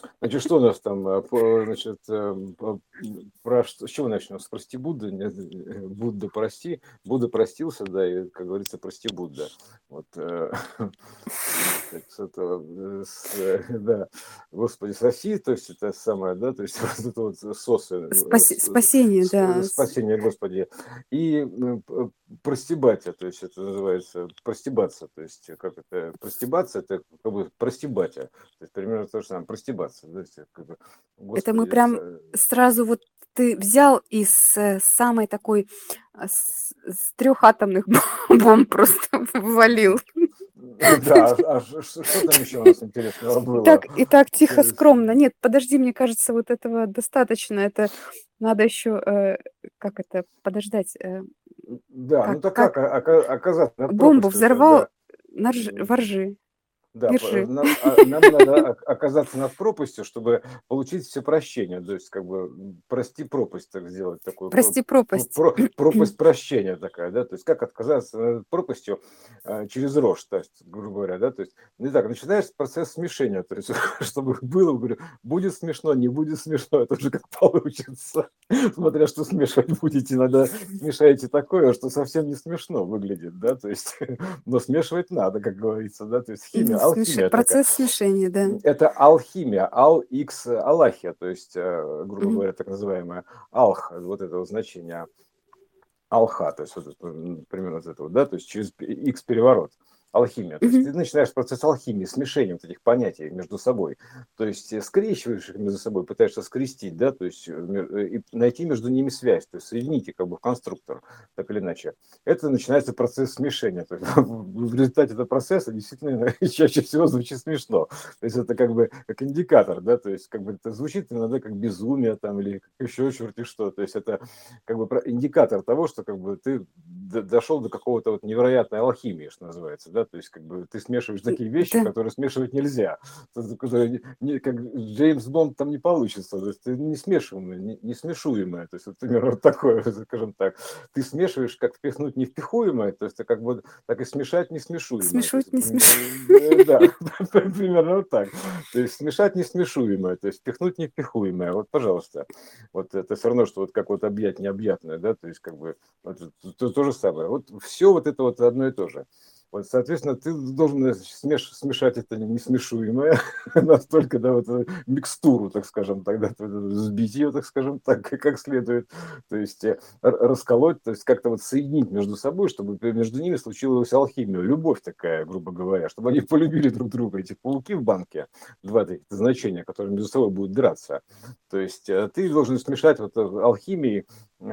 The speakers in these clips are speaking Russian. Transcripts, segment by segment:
Значит, что у нас там, значит, с чего начнем? С прости Будды? Нет, Будда прости, Будда простился, да, и, как говорится, прости Будда. Вот, так, с этого, да, Господи, спаси, то есть это самое, да, то есть вот это вот сосы, Спасение, да. спасение, Господи, и простебатия, то есть это называется простебаться, то есть как это, простебаться, это как бы простебатия, то есть примерно то же самое, простебаться, то есть как бы, Это мы Господи, прям сразу вот ты взял из самой такой с трехатомных бомб просто ввалил. да, что там еще у нас интересного было? И так тихо, скромно. Нет, подожди, мне кажется, вот этого достаточно. Это надо еще, как это, подождать, Да, ну так как как оказаться над бомбу пропастью-то, взорвал, да. во ржи, Да, не ржи. нам надо оказаться над пропастью, чтобы получить все прощения. То есть, как бы, прости пропасть, так сделать, такую Прости, пропасть. пропасть прощения такая, да. То есть, как отказаться над пропастью через рожь, то есть, грубо говоря, да. То есть, не так, начинаешь процесс смешения, то есть, чтобы было, говорю, будет смешно, не будет смешно, это уже как получится. Смотря что смешивать будете, иногда смешаете такое, что совсем не смешно выглядит, да, то есть, но смешивать надо, как говорится, да, то есть химия, алхимия такая. Процесс смешения, да. Это алхимия, ал-икс алахия, то есть, грубо Мгм. говоря, так называемая алх, вот это вот значение алха, то есть вот это, примерно вот это вот, да, то есть через X переворот. Алхимия. То есть Мгм. ты начинаешь процесс алхимии, смешения вот этих понятий между собой. То есть скрещиваешь их между собой, пытаешься скрестить, да, то есть и найти между ними связь, то есть соединить их как бы в конструктор, так или иначе. Это начинается процесс смешения. То есть, в результате этого процесса действительно чаще всего звучит смешно. То есть это как бы как индикатор, да, то есть как бы это звучит иногда как безумие там или как еще черти что. То есть это как бы индикатор того, что как бы ты дошел до какого-то вот невероятной алхимии, что называется, да, то есть как бы ты смешиваешь такие вещи, Да. которые смешивать нельзя, которые как Джеймс Бонд там не получится, то есть ты не смешиваемое, не смешуемое, то есть вот примерно вот такое, скажем так, ты смешиваешь, как впихнуть невпихуемое, то есть это как бы так и смешать несмешуемое, то есть Смешивать, не смешивать. да, примерно вот так, то есть смешать несмешуемое, то есть впихнуть невпихуемое, вот пожалуйста. Вот это все равно, что вот как вот объять необъятное, да, то есть как бы вот, то же самое. Вот все вот это вот одно и то же. Вот, соответственно, ты должен смешать это несмешуемое настолько, да, вот микстуру, так скажем, тогда взбить ее, так скажем, так, как следует, то есть расколоть, то есть как-то вот соединить между собой, чтобы между ними случилась алхимия, любовь такая, грубо говоря, чтобы они полюбили друг друга, эти пауки в банке, два таких значения, которые между собой будут драться. То есть ты должен смешать вот алхимии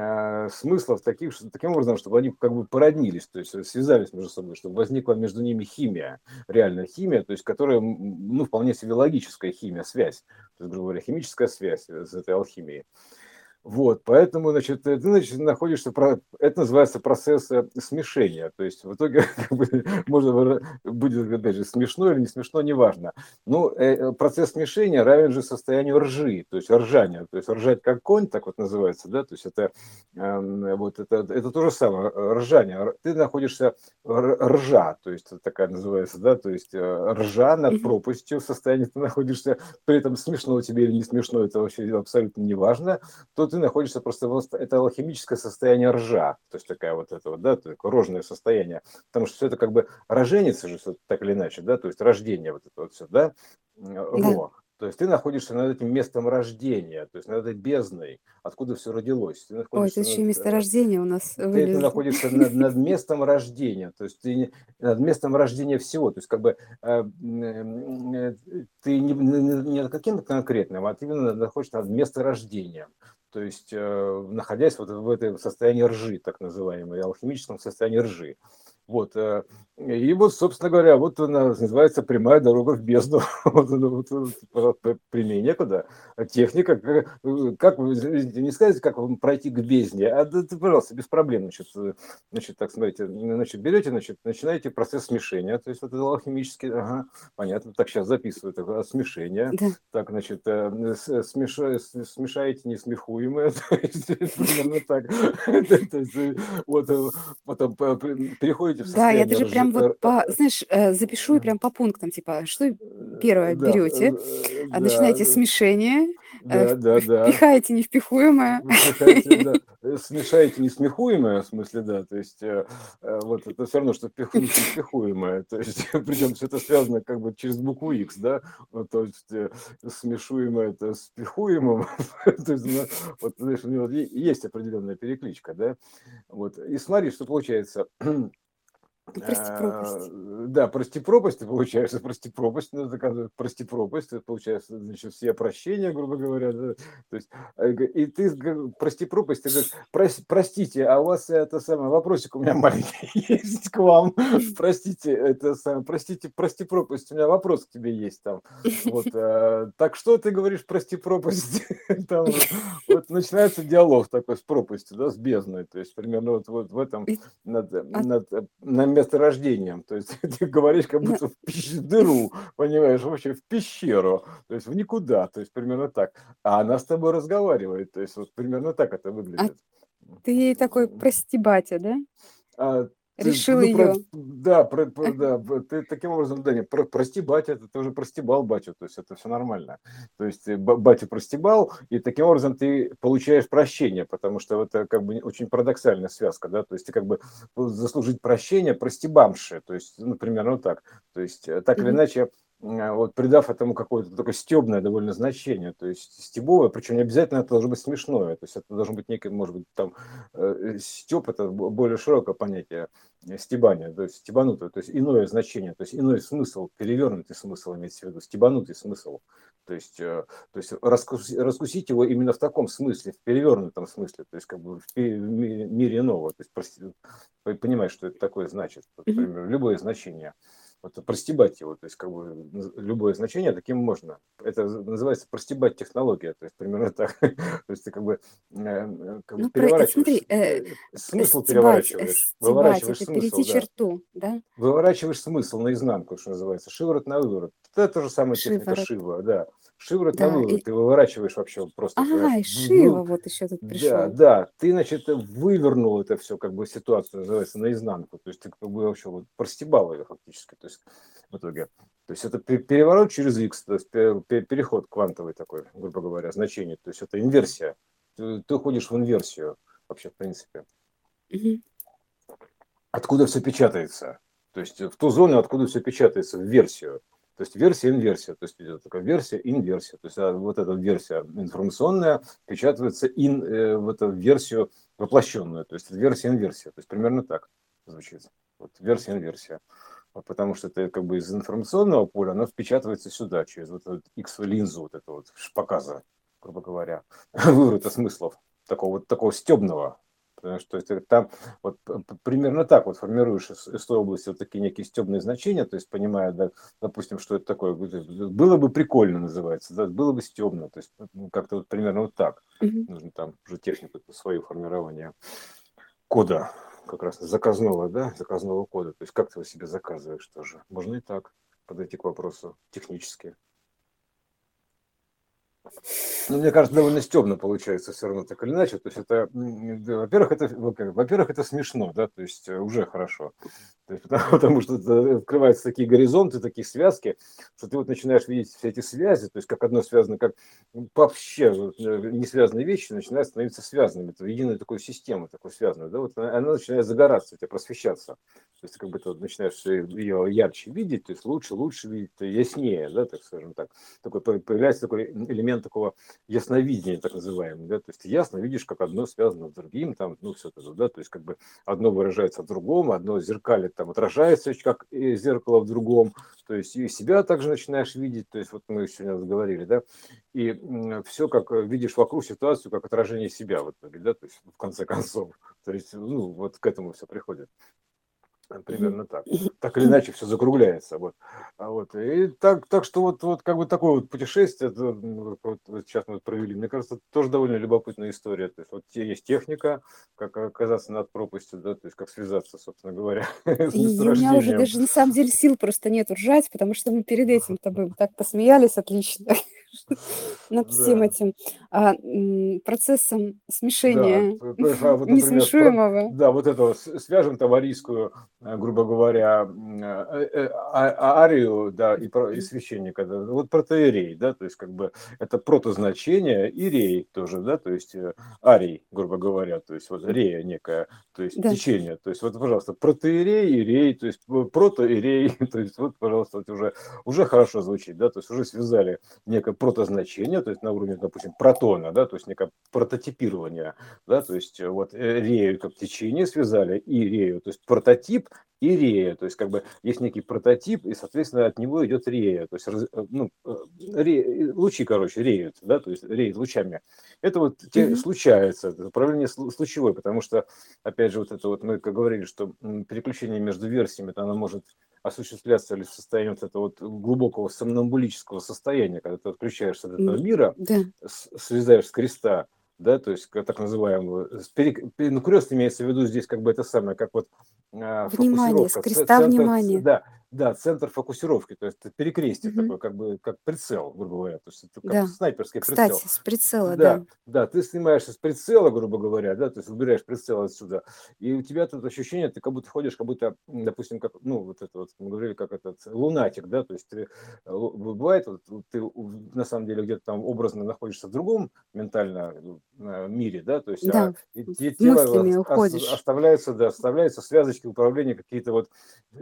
смыслов таким образом, чтобы они как бы породнились, то есть связались между собой, чтобы возникла между ними химия, реальная химия, то есть которая, ну, вполне себе логическая химия, связь, то есть, грубо говоря, химическая связь с этой алхимией. Вот, поэтому, значит, ты находишься, это называется процесс смешения, то есть в итоге как бы, можно, будет, опять же, смешно или не смешно, неважно. Ну, процесс смешения равен же состоянию ржи, то есть ржания, то есть ржать как конь, так вот называется, да, то есть это, вот это то же самое, ржание, ты находишься ржа, то есть такая называется, да, то есть ржа над Мгм. пропастью, в состоянии ты находишься, при этом смешно тебе или не смешно, это вообще абсолютно неважно, то ты находишься просто это алхимическое состояние ржа, то есть такая вот это вот, да, такое рожное состояние, потому что все это как бы роженица же, так или иначе, да, то есть рождение вот это вот все, да, Да. ро, то есть ты находишься над этим местом рождения, то есть над этой бездной, откуда все родилось, ты Ой, это находишься еще и месторождение у нас ты вылезло. находишься над местом рождения, то есть ты над местом рождения всего, то есть как бы ты не над каким-то конкретным, а ты именно находишься над месторождением, то есть находясь вот в этом состоянии ржи, так называемой, алхимическом состоянии ржи. Вот, и вот, собственно говоря, вот она называется прямая дорога в бездну. Вот, прямее некуда. Техника, как вы извините, не скажете, как вам пройти к бездне, а да, пожалуйста, без проблем, значит, так смотрите, значит, берете, значит, начинаете процесс смешения, то есть вот это алхимический, ага, понятно, так сейчас записываю, это смешение, Да. так, значит, смешаете несмехуемое, то есть примерно так. То есть, вот, потом переходите входите в Да, я состояние даже прям вот знаешь, запишу и прям по пунктам, типа, что первое да, берете, да, начинаете смешение, да, да, да. впихаете невпихуемое. Вы впихаете, да, смешаете несмехуемое, в смысле, да, то есть вот это все равно, что впихнуть невпихуемое, то есть причем все это связано как бы через букву X, да, вот, то есть смешуемое это с пихуемым, то есть, ну, вот, знаешь, у него есть определенная перекличка, да, вот, и смотри, что получается. Прости, пропасть. Да, прости пропасть, ты получаешь, прости пропасть, ну, доказывает, прости пропасть, это получается, значит, все прощения, грубо говоря, да, то есть, и ты, прости пропасть, ты говоришь, простите, а у вас это самое, вопросик у меня маленький есть к вам, простите, это самое, простите, прости пропасть, у меня вопрос к тебе есть там, вот, так что ты говоришь, прости пропасть, там, вот начинается диалог такой с пропастью, да, с бездной, то есть, примерно вот в этом И- а на месторождением. То есть ты говоришь, как на- будто в дыру, понимаешь, вообще в пещеру, то есть в никуда, то есть примерно так. А она с тобой разговаривает, то есть вот примерно так это а выглядит. ты ей такой, прости, батя, да? А ты, Решил ну, ее. да, да, ты таким образом, да, не, прости, батя, ты уже простебал батю, то есть это все нормально. То есть батю простебал, и таким образом ты получаешь прощение, потому что это как бы очень парадоксальная связка, да, то есть ты как бы заслужить прощение простебамши, то есть, ну, примерно вот так. То есть так или иначе, вот придав этому какое-то такое стебное довольно значение, то есть стебовое, причем не обязательно это должно быть смешное, то есть это должно быть некое, может быть, там, стеб, это более широкое понятие, стебания, то есть стебанутое, то есть иное значение, то есть иной смысл, перевернутый смысл имеется в виду, стебанутый смысл. То есть раскусить его именно в таком смысле, в перевернутом смысле, то есть как бы в мире иного. То есть понимаешь, что это такое значит, Мгм. например, любое значение. Вот простебать его, то есть как бы любое значение таким можно. Это называется простебать технология, то есть примерно так. То есть ты как бы Ну, переворачиваешь, смотри, смысл переворачиваешь, стебать, выворачиваешь это перейти смысл, да. черту, да? Выворачиваешь смысл наизнанку, что называется, шиворот на выворот. Это та же самая техника Шиворот. шива, да. Шиворот на Да, выворот. Ты выворачиваешь вообще просто, понимаешь, и Шива вот еще тут да, пришел. да, ты, значит, вывернул это все, как бы ситуацию, называется, наизнанку. То есть ты как бы вообще вот простебал ее фактически, то есть в итоге. То есть это переворот через X, то есть переход квантовый такой, грубо говоря, значение. То есть это инверсия. Ты уходишь в инверсию вообще, в принципе. Мгм. Откуда все печатается. То есть в ту зону, откуда все печатается, в версию. То есть версия, инверсия. То есть идет такая версия, инверсия. То есть вот эта версия информационная печатается в эту версию воплощенную. То есть версия, инверсия. То есть примерно так звучит. Вот версия, инверсия. Потому что это как бы из информационного поля, оно впечатывается сюда, через вот эту X-линзу, вот это вот показа, грубо говоря, выворота смыслов, такого стебного. Потому что это там вот примерно так вот формируешь из той области вот такие некие стебные значения, то есть понимая, да, допустим, что это такое, было бы прикольно называется, да, было бы стебно, то есть как-то вот примерно вот так. Мгм. Нужно там уже технику свою формирования кода, как раз заказного, да, заказного кода. То есть как ты его себе заказываешь тоже. Можно и так подойти к вопросу технически. Ну, мне кажется, довольно стебно получается все равно так или иначе. То есть это, да, во-первых, это смешно, да, то есть уже хорошо. То есть, потому что открываются такие горизонты, такие связки, что ты вот начинаешь видеть все эти связи, то есть как одно связано, как вообще вот, не связанные вещи начинают становиться связанными. Это единую такую систему, такую связанную, да, вот она начинает загораться, у тебя просвещаться. То есть как бы ты вот начинаешь ее ярче видеть, то есть лучше видеть, яснее, да, так скажем так. Появляется такой элемент такого ясновидение, так называемое, да, то есть ты ясно видишь, как одно связано с другим, там, ну, все это, да, то есть как бы одно выражается в другом, одно зеркалит, там, отражается, как зеркало в другом, то есть и себя также начинаешь видеть, то есть вот мы сегодня говорили, да, и все, как видишь вокруг ситуацию, как отражение себя в итоге, да, то есть в конце концов, то есть, ну, вот к этому все приходит. Мгм. Примерно так. Так или иначе, все закругляется. Вот. И так что вот как бы такое вот путешествие, это, вот сейчас мы провели, мне кажется, тоже довольно любопытная история. То есть вот есть техника, как оказаться над пропастью, да, то есть как связаться, собственно говоря, с И у меня уже месторождением. даже на самом деле сил просто нет ржать, потому что мы перед этим с тобой так посмеялись отлично. над всем Да. этим, процессом Да, смешения вот, например, несмешуемого. да, вот это вот свяжем таварийскую, грубо говоря, арию, да, и священника, да, вот протоиерей, да, то есть как бы это протозначение, ирей тоже, да, то есть арий, грубо говоря, то есть вот рея некая, то есть Да. течение, то есть вот, пожалуйста, протоиерей, ирей, то есть протоиерей, то есть вот, пожалуйста, вот уже хорошо звучит, да, то есть уже связали некое протозначение, то есть на уровне, допустим, протона, да, то есть некое прототипирование, да, то есть вот рею как течение связали и рею, то есть прототип и рея, то есть как бы есть некий прототип, и, соответственно, от него идет рея, то есть лучи, короче, реют, да, то есть реют лучами. Это вот Мгм. случается, это управление случевое, потому что, опять же, вот это вот мы как говорили, что переключение между версиями, то оно может осуществляться лишь в состоянии вот этого вот глубокого сомнамбулического состояния, когда ты отключаешься от этого мира, Да. слезаешь с креста, да, то есть так называемую, ну, крест имеется в виду здесь как бы это самое, как вот Внимание, с фокусировка, креста внимание. да, да, центр фокусировки, то есть это перекрестие Мгм. такое, как бы, как прицел, грубо говоря, то есть это как Да. снайперский прицел. Кстати, с прицела, да. Да, да, ты снимаешься с прицела, грубо говоря, да, то есть убираешь прицел отсюда, и у тебя тут ощущение, ты как будто ходишь, как будто, допустим, как, ну, вот это вот, мы говорили, как этот лунатик, да, то есть ты, бывает, вот, ты на самом деле где-то там образно находишься в другом ментально мире, да, то есть Да, тело мыслями уходишь. оставляется, да, оставляются связочки управления какие-то вот,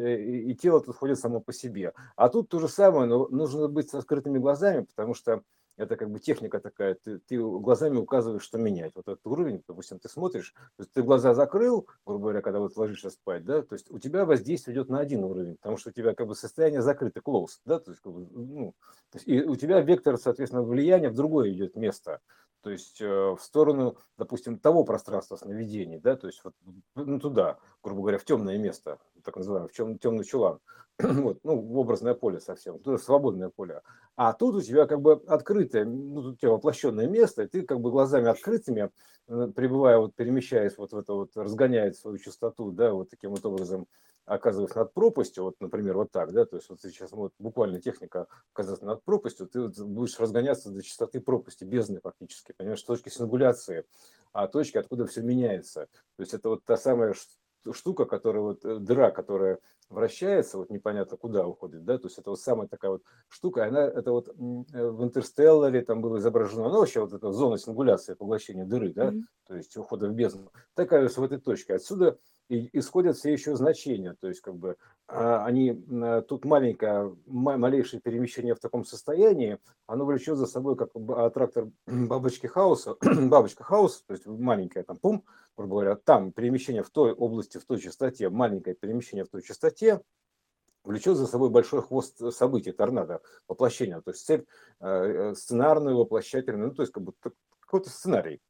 и тело тут ходит само по себе. А тут то же самое, но нужно быть с открытыми глазами, потому что это как бы техника такая, ты глазами указываешь, что менять. Вот этот уровень, допустим, ты смотришь, то есть ты глаза закрыл, грубо говоря, когда вот ложишься спать, да, то есть у тебя воздействие идет на один уровень, потому что у тебя как бы состояние закрыто, closed, да, то есть, как бы, ну, то есть и у тебя вектор, соответственно, влияния в другое идет место, то есть в сторону, допустим, того пространства сновидений, да, то есть вот, ну, туда, грубо говоря, в темное место, так называемое, в темный чулан, вот, ну, в образное поле совсем, туда свободное поле. А тут у тебя как бы открытое, ну, тут у тебя воплощенное место, и ты как бы глазами открытыми, пребывая, вот перемещаясь вот в это вот, разгоняет свою частоту, да, вот таким вот образом оказываясь над пропастью, вот, например, вот так, да, то есть вот сейчас вот буквально техника оказаться над пропастью, ты вот будешь разгоняться до частоты пропасти, бездны фактически, понимаешь, с точки сингуляции, а точки, откуда все меняется. То есть это вот та самая штука, которая вот, дыра, которая вращается, вот непонятно куда уходит, да, то есть это вот самая такая вот штука, она, это вот в Интерстелларе там было изображено, ну вообще вот эта зона сингуляции, поглощения дыры, да, Мгм. то есть ухода в бездну, такая в этой точке. Отсюда и исходят все еще значения, то есть как бы они, тут маленькое, малейшее перемещение в таком состоянии, оно влечет за собой как аттрактор бабочки хаоса, бабочка хаоса, то есть маленькая там пум, грубо говоря, там перемещение в той области, в той частоте, маленькое перемещение в той частоте, влечет за собой большой хвост событий, торнадо, воплощения, то есть цепь сценарную, воплощательную, ну, то есть как бы какой-то сценарий.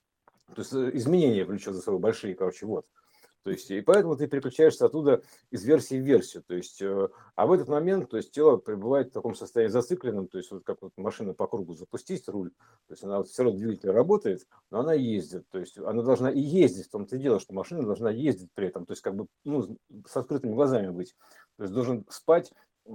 То есть изменения влечет за собой большие, короче, вот. То есть, и поэтому ты переключаешься оттуда из версии в версию. То есть, а в этот момент, то есть, тело пребывает в таком состоянии зацикленном, то есть, вот как вот машина по кругу запустить руль, то есть, она вот все равно двигатель работает, но она ездит. То есть, она должна и ездить, в том-то и дело, что машина должна ездить при этом, то есть, как бы, ну, с открытыми глазами быть. То есть, должен спать,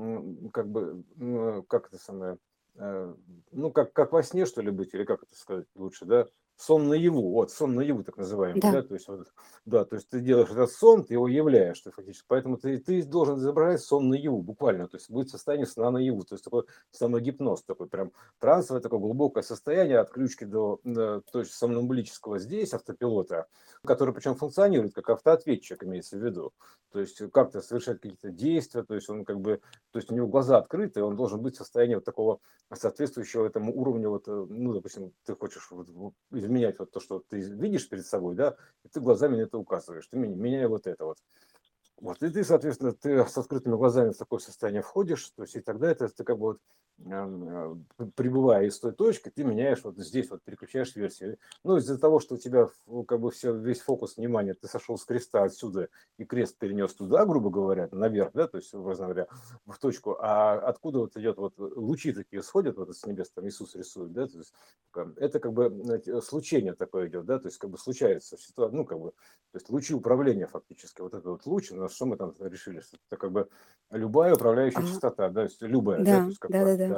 как бы, как это самое, э, ну, как во сне, что ли, быть, или как это сказать лучше, да? Сон наяву, вот, сон наяву, так называемый, Да. да, то есть, вот, да, то есть ты делаешь этот сон, ты его являешь, ты фактически. Поэтому ты должен изображать сон наяву, буквально. То есть будет состояние сна наяву. То есть такой самогипноз, такой прям трансовое, такое глубокое состояние от ключки до то есть сомнамбулического здесь, автопилота, который причем функционирует как автоответчик, имеется в виду. То есть как-то совершать какие-то действия, то есть он как бы, то есть у него глаза открыты, он должен быть в состоянии вот такого соответствующего этому уровню, вот, ну, допустим, ты хочешь вот изменять вот то, что ты видишь перед собой, да, и ты глазами на это указываешь, ты меняй вот это вот. Вот, и ты, соответственно, ты с открытыми глазами в такое состояние входишь, то есть и тогда это ты как бы вот, прибывая из той точки, ты меняешь вот здесь, вот переключаешь версию. Ну, из-за того, что у тебя как бы все, весь фокус внимания, ты сошел с креста отсюда и крест перенес туда, грубо говоря, наверх, да, то есть, образно говоря, в точку, а откуда вот идет вот лучи такие сходят вот с небес, там Иисус рисует, да, то есть это как бы знаете, случение такое идет, да, то есть как бы случается ситуация, ну, как бы то есть лучи управления фактически. Вот этот вот луч, на что мы там решили, что это как бы любая управляющая А, частота, да, то есть любая, да, то да, есть как бы, да-да-да. да.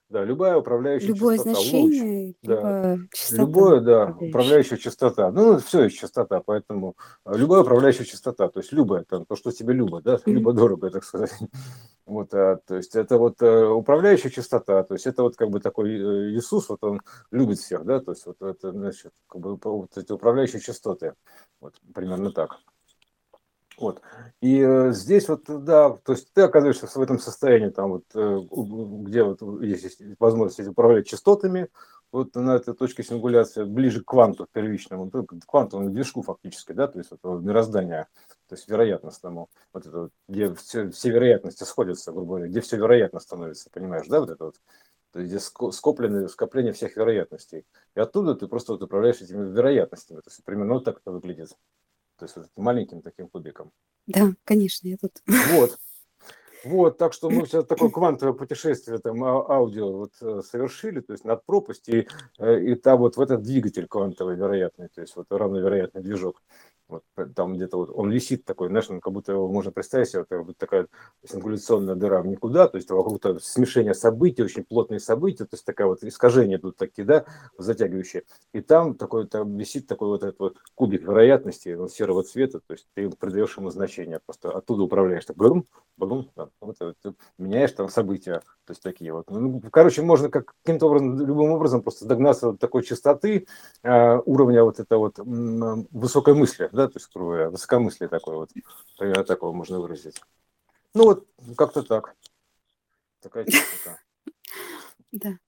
Да, любая управляющая Любое частота, луч, значение, да, либо частота любое, да, управляющая. управляющая частота. Ну, все есть частота, поэтому любая управляющая частота, то есть любая, там, то, что тебе любо, да, Мгм. любо-дорого, так сказать. Вот, то есть это вот управляющая частота, то есть это вот как бы такой Иисус, вот он любит всех, да, то есть вот это, значит, как бы вот эти управляющие частоты, вот примерно так. Вот. И здесь вот, да, то есть ты оказываешься в этом состоянии, там вот, где вот есть возможность управлять частотами, вот на этой точке сингуляции, ближе к кванту первичному, ну, к квантовому движку фактически, да, то есть этого мироздания, то есть вероятностному, вот это вот, где все вероятности сходятся, грубо говоря, где все вероятно становится, понимаешь, да, вот это вот, то есть где скопление всех вероятностей. И оттуда ты просто вот управляешь этими вероятностями, то есть примерно вот так это выглядит, то есть вот маленьким таким кубиком. Да, конечно, я тут. Вот, вот, так что мы сейчас такое квантовое путешествие там аудио вот совершили, то есть над пропастью, и там вот в этот двигатель квантовый вероятный, то есть вот равновероятный движок, вот там где-то вот он висит такой, знаешь, как будто его можно представить себе, это вот такая сингуляционная дыра в никуда, то есть вокруг смешение событий, очень плотные события, то есть такая вот искажения тут такие, да, затягивающие, и там такой, там висит такой вот этот вот кубик вероятности, он серого цвета, то есть ты придаешь ему значение, просто оттуда управляешь, так, баллон, да, вот, ты меняешь там события, то есть такие вот. Ну, короче, можно каким-то образом, любым образом просто догнаться вот такой частоты, уровня вот это вот высокой мысли, да, то есть, грубо говоря, высокомыслие такое вот, примерно такого можно выразить. Ну вот, как-то так, такая техника. Да,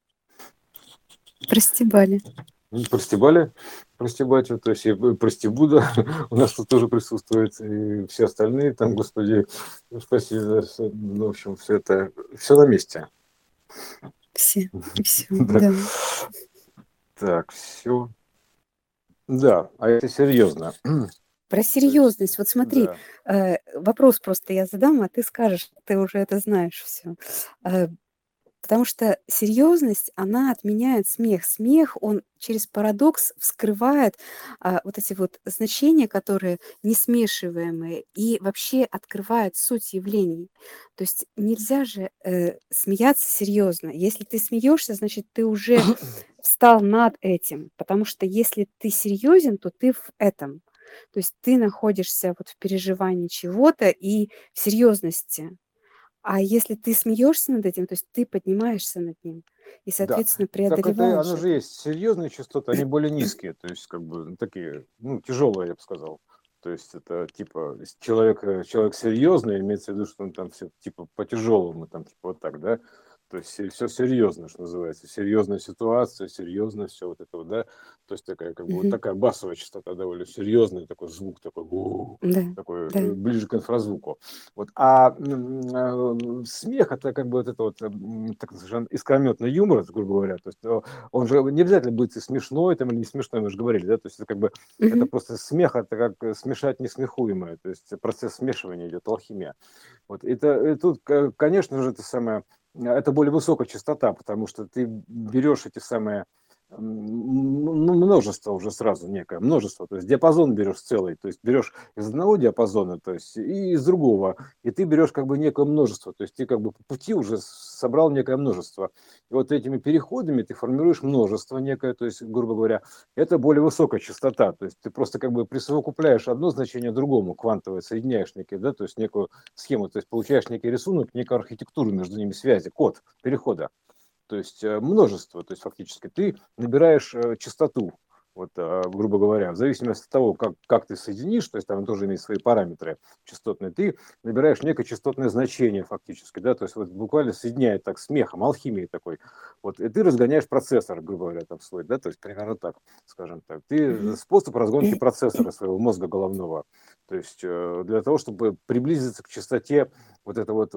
простебали. Простебали, простебать, то есть и простебуда у нас тут тоже присутствует, и все остальные там, господи, спасибо, ну, в общем, все это, все на месте. Все. И все, Да. да. Так, все. Да, а это серьезно. Про То есть, серьезность. Вот смотри, да. вопрос просто я задам, а ты скажешь, ты уже это знаешь все. Потому что серьезность, она отменяет смех. Смех, он через парадокс вскрывает вот эти вот значения, которые несмешиваемые, и вообще открывает суть явлений. То есть нельзя же смеяться серьезно. Если ты смеешься, значит, ты уже встал над этим. Потому что если ты серьезен, то ты в этом. То есть ты находишься вот в переживании чего-то и в серьезности. А если ты смеешься над этим, то есть ты поднимаешься над ним и, Да. соответственно, Так это, преодолеваешь оно же это. есть серьезные частоты, они более низкие, то есть как бы ну, такие, ну, тяжелые, я бы сказал. То есть это типа если человек серьезный, имеется в виду, что он там все типа по-тяжелому, там типа вот так, да. То есть все серьезно, что называется, серьезная ситуация, серьезно все вот это вот, да. То есть такая как бы вот Мгм. такая басовая частота довольно серьезный такой звук, такой, Да, такой да. ближе к инфразвуку. Вот, смех это как бы вот это вот так скажем, искрометный юмор, грубо говоря. То есть он же не обязательно будет и смешной там, или не смешной, мы же говорили, да, то есть это как бы это Мгм. просто смех, это как смешать несмехуемое, то есть процесс смешивания идет, алхимия. Вот это и тут, конечно же, это самое, это более высокая частота, потому что ты берешь эти самые множество уже сразу некое множество, то есть диапазон берешь целый, то есть берешь из одного диапазона, то есть и из другого, и ты берешь как бы некое множество, то есть ты как бы по пути уже собрал некое множество. И вот этими переходами ты формируешь множество некое, то есть, грубо говоря, это более высокая частота, то есть ты просто как бы присовокупляешь одно значение другому, квантовое, соединяешь некие, да, то есть некую схему, то есть получаешь некий рисунок, некую архитектуру между ними связи, код перехода. То есть множество, то есть фактически ты набираешь частоту, вот, грубо говоря, в зависимости от того, как ты соединишь, то есть там тоже имеет свои параметры частотные, ты набираешь некое частотное значение фактически, да, то есть вот буквально соединяет так смехом, алхимией такой, вот, и ты разгоняешь процессор, грубо говоря, там свой, да, то есть примерно так, скажем так, ты Мгм. способ разгонки процессора своего мозга головного, то есть для того, чтобы приблизиться к частоте вот это вот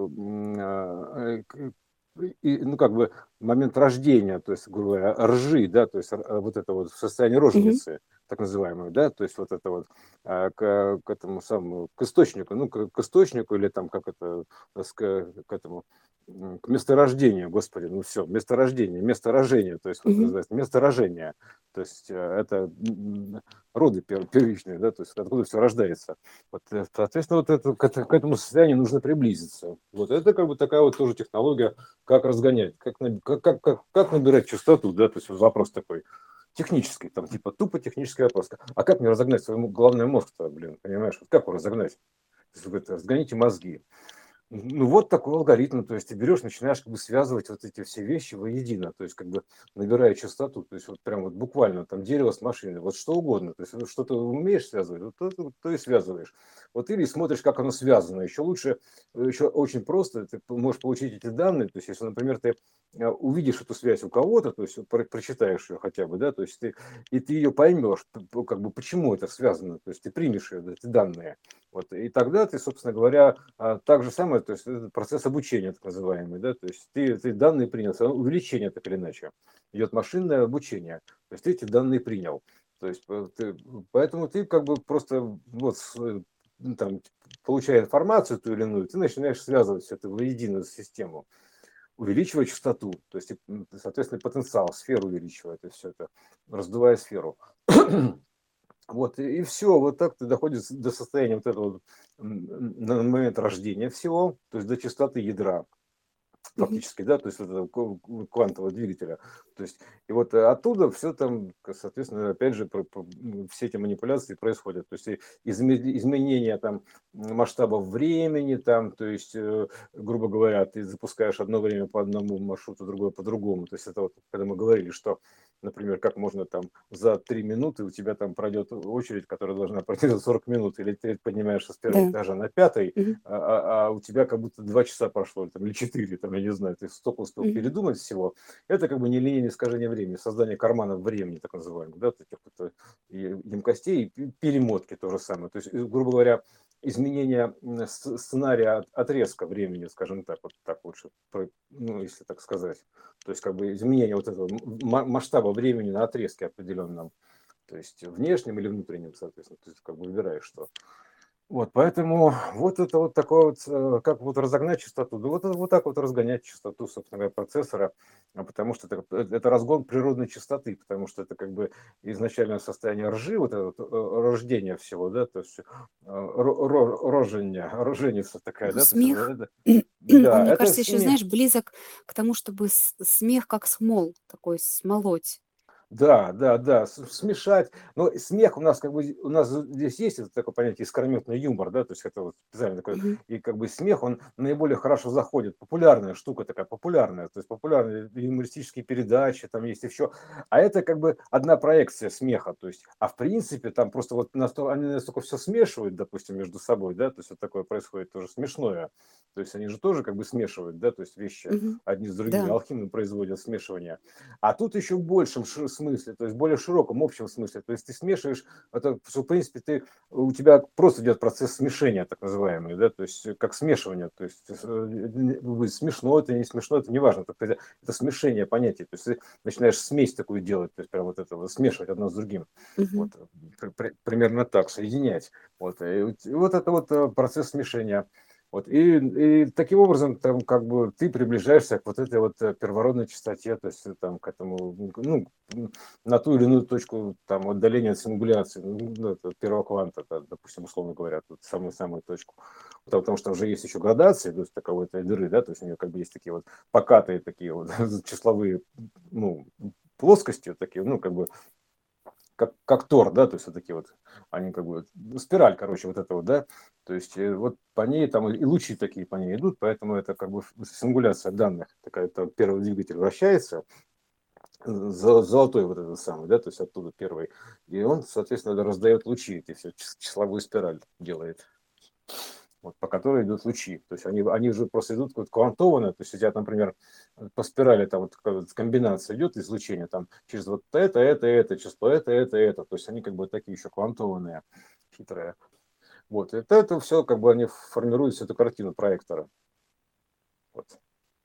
и, ну, как бы момент рождения, то есть, грубо говоря, ржи, да, то есть вот это вот состояние Мгм. роженицы, так называемое, да, то есть вот это вот к этому самому, к источнику, ну, к источнику или там как это, к этому, к месторождению, господи, ну все, месторождение, то есть вот Мгм. называется месторожение, то есть это роды первичные, да, то есть откуда все рождается. Вот, соответственно, вот это, к этому состоянию нужно приблизиться. Вот это как бы такая вот тоже технология, как разгонять, как набирать частоту, да, то есть вот вопрос такой технический, там типа тупо технический вопрос. А как мне разогнать свой головной мозг-то, блин, понимаешь, вот как его разогнать? То есть, говорит, разгоните мозги. Ну, вот такой алгоритм, то есть ты берешь, начинаешь как бы связывать вот эти все вещи воедино, то есть как бы набирая частоту, то есть вот прям вот буквально там дерево с машиной, вот что угодно, то есть вот что ты умеешь связывать, вот то и связываешь. Вот или смотришь, как оно связано, еще лучше, еще очень просто, ты можешь получить эти данные, то есть если, например, ты увидишь эту связь у кого-то, то есть вот прочитаешь ее хотя бы, да, то есть ты ее поймешь, как бы почему это связано, то есть ты примешь ее, эти данные, вот, и тогда ты, собственно говоря, так же самое, то есть это процесс обучения, так называемый, да, то есть ты данные принял, увеличение так или иначе, идет машинное обучение, то есть ты эти данные принял, то есть поэтому ты как бы просто вот ну, там, получая информацию ту или иную, ты начинаешь связывать все это в единую систему, увеличивая частоту, то есть, соответственно, потенциал, сферу увеличивая, то есть все это, раздувая сферу. Вот, и все, вот так ты доходишь до состояния вот этого вот, на момент рождения всего, то есть до частоты ядра Мгм. фактически, да, то есть вот этого квантового двигателя. То есть, и вот оттуда все там, соответственно, опять же, все эти манипуляции происходят. То есть изменение там масштабов времени, там, то есть, грубо говоря, ты запускаешь одно время по одному маршруту, другое по другому. То есть это вот, когда мы говорили, что, например, как можно там за 3 минуты у тебя там пройдет очередь, которая должна пройти за 40 минут, или ты поднимаешься с первого Да. этажа на пятый, Мгм. а у тебя как будто 2 часа прошло, там, или 4, там, я не знаю, ты столько успел Мгм. передумать всего. Это как бы нелинейное искажение времени, создание карманов времени, так называемых, да, таких вот емкостей, и перемотки то же самое. То есть, грубо говоря, изменение сценария отрезка времени, скажем так, вот так лучше, ну, если так сказать. То есть, как бы изменение вот этого масштаба времени на отрезке определенном, то есть внешнем или внутреннем, соответственно, то есть как бы выбираешь что. Вот, поэтому вот это вот такое вот, как вот разогнать частоту. Да вот так вот разгонять частоту, собственно говоря, процессора, потому что это разгон природной частоты, потому что это как бы изначальное состояние ржи, вот это вот, рождение всего, да, то есть роженица такая, Ну, да, то есть смех, он, да, мне это кажется, еще, смех. знаешь, близок к тому, чтобы смех как смол такой смолоть. Да, да, да, смешать. Но смех у нас как бы у нас здесь есть это такое понятие искрометный юмор, да, то есть это вот специально такой, Мгм. и как бы смех, он наиболее хорошо заходит, популярная штука такая, популярная, то есть популярные юмористические передачи, там есть еще, а это как бы одна проекция смеха, то есть, а в принципе там просто вот они настолько все смешивают, допустим, между собой, да, то есть вот такое происходит тоже смешное, то есть они же тоже как бы смешивают, да, то есть вещи Мгм. одни с другими, Да. алхимы производят смешивание. А тут еще в большем смысле, то есть в более широком, общем смысле. То есть ты смешиваешь, это, что, в принципе, у тебя просто идет процесс смешения, так называемый, да, то есть как смешивание. То есть смешно это, не смешно, это не важно. Это смешение понятий. То есть ты начинаешь смесь такую делать, то есть прям вот это вот, смешивать одно с другим. Мгм. Вот, примерно так, соединять. Вот, и вот это вот процесс смешения. Вот, и таким образом там как бы ты приближаешься к вот этой вот первородной частоте, то есть там к этому, ну, на ту или иную точку там отдаления от сингуляции, ну, это первого кванта, допустим, условно говоря, тут самую-самую точку. Потому что уже есть еще градации, то есть таковой-то дыры, да, то есть у нее как бы есть такие вот покатые такие вот числовые, ну, плоскости вот такие, ну, как бы как Тор, да, то есть вот такие вот, они как бы, спираль, короче, вот это вот, да, то есть вот по ней там и лучи такие по ней идут, поэтому это как бы сингуляция данных, такая, то первый двигатель вращается, золотой вот этот самый, да, то есть оттуда первый, и он, соответственно, раздает лучи, эти все числовую спираль делает, вот, по которой идут лучи. То есть они уже просто идут вот квантованно. То есть у тебя, например, по спирали там вот такая вот комбинация идет излучение там через вот это, число это. То есть они как бы такие еще квантованные, хитрые. Вот. Это все как бы они формируют всю эту картину проектора. Вот.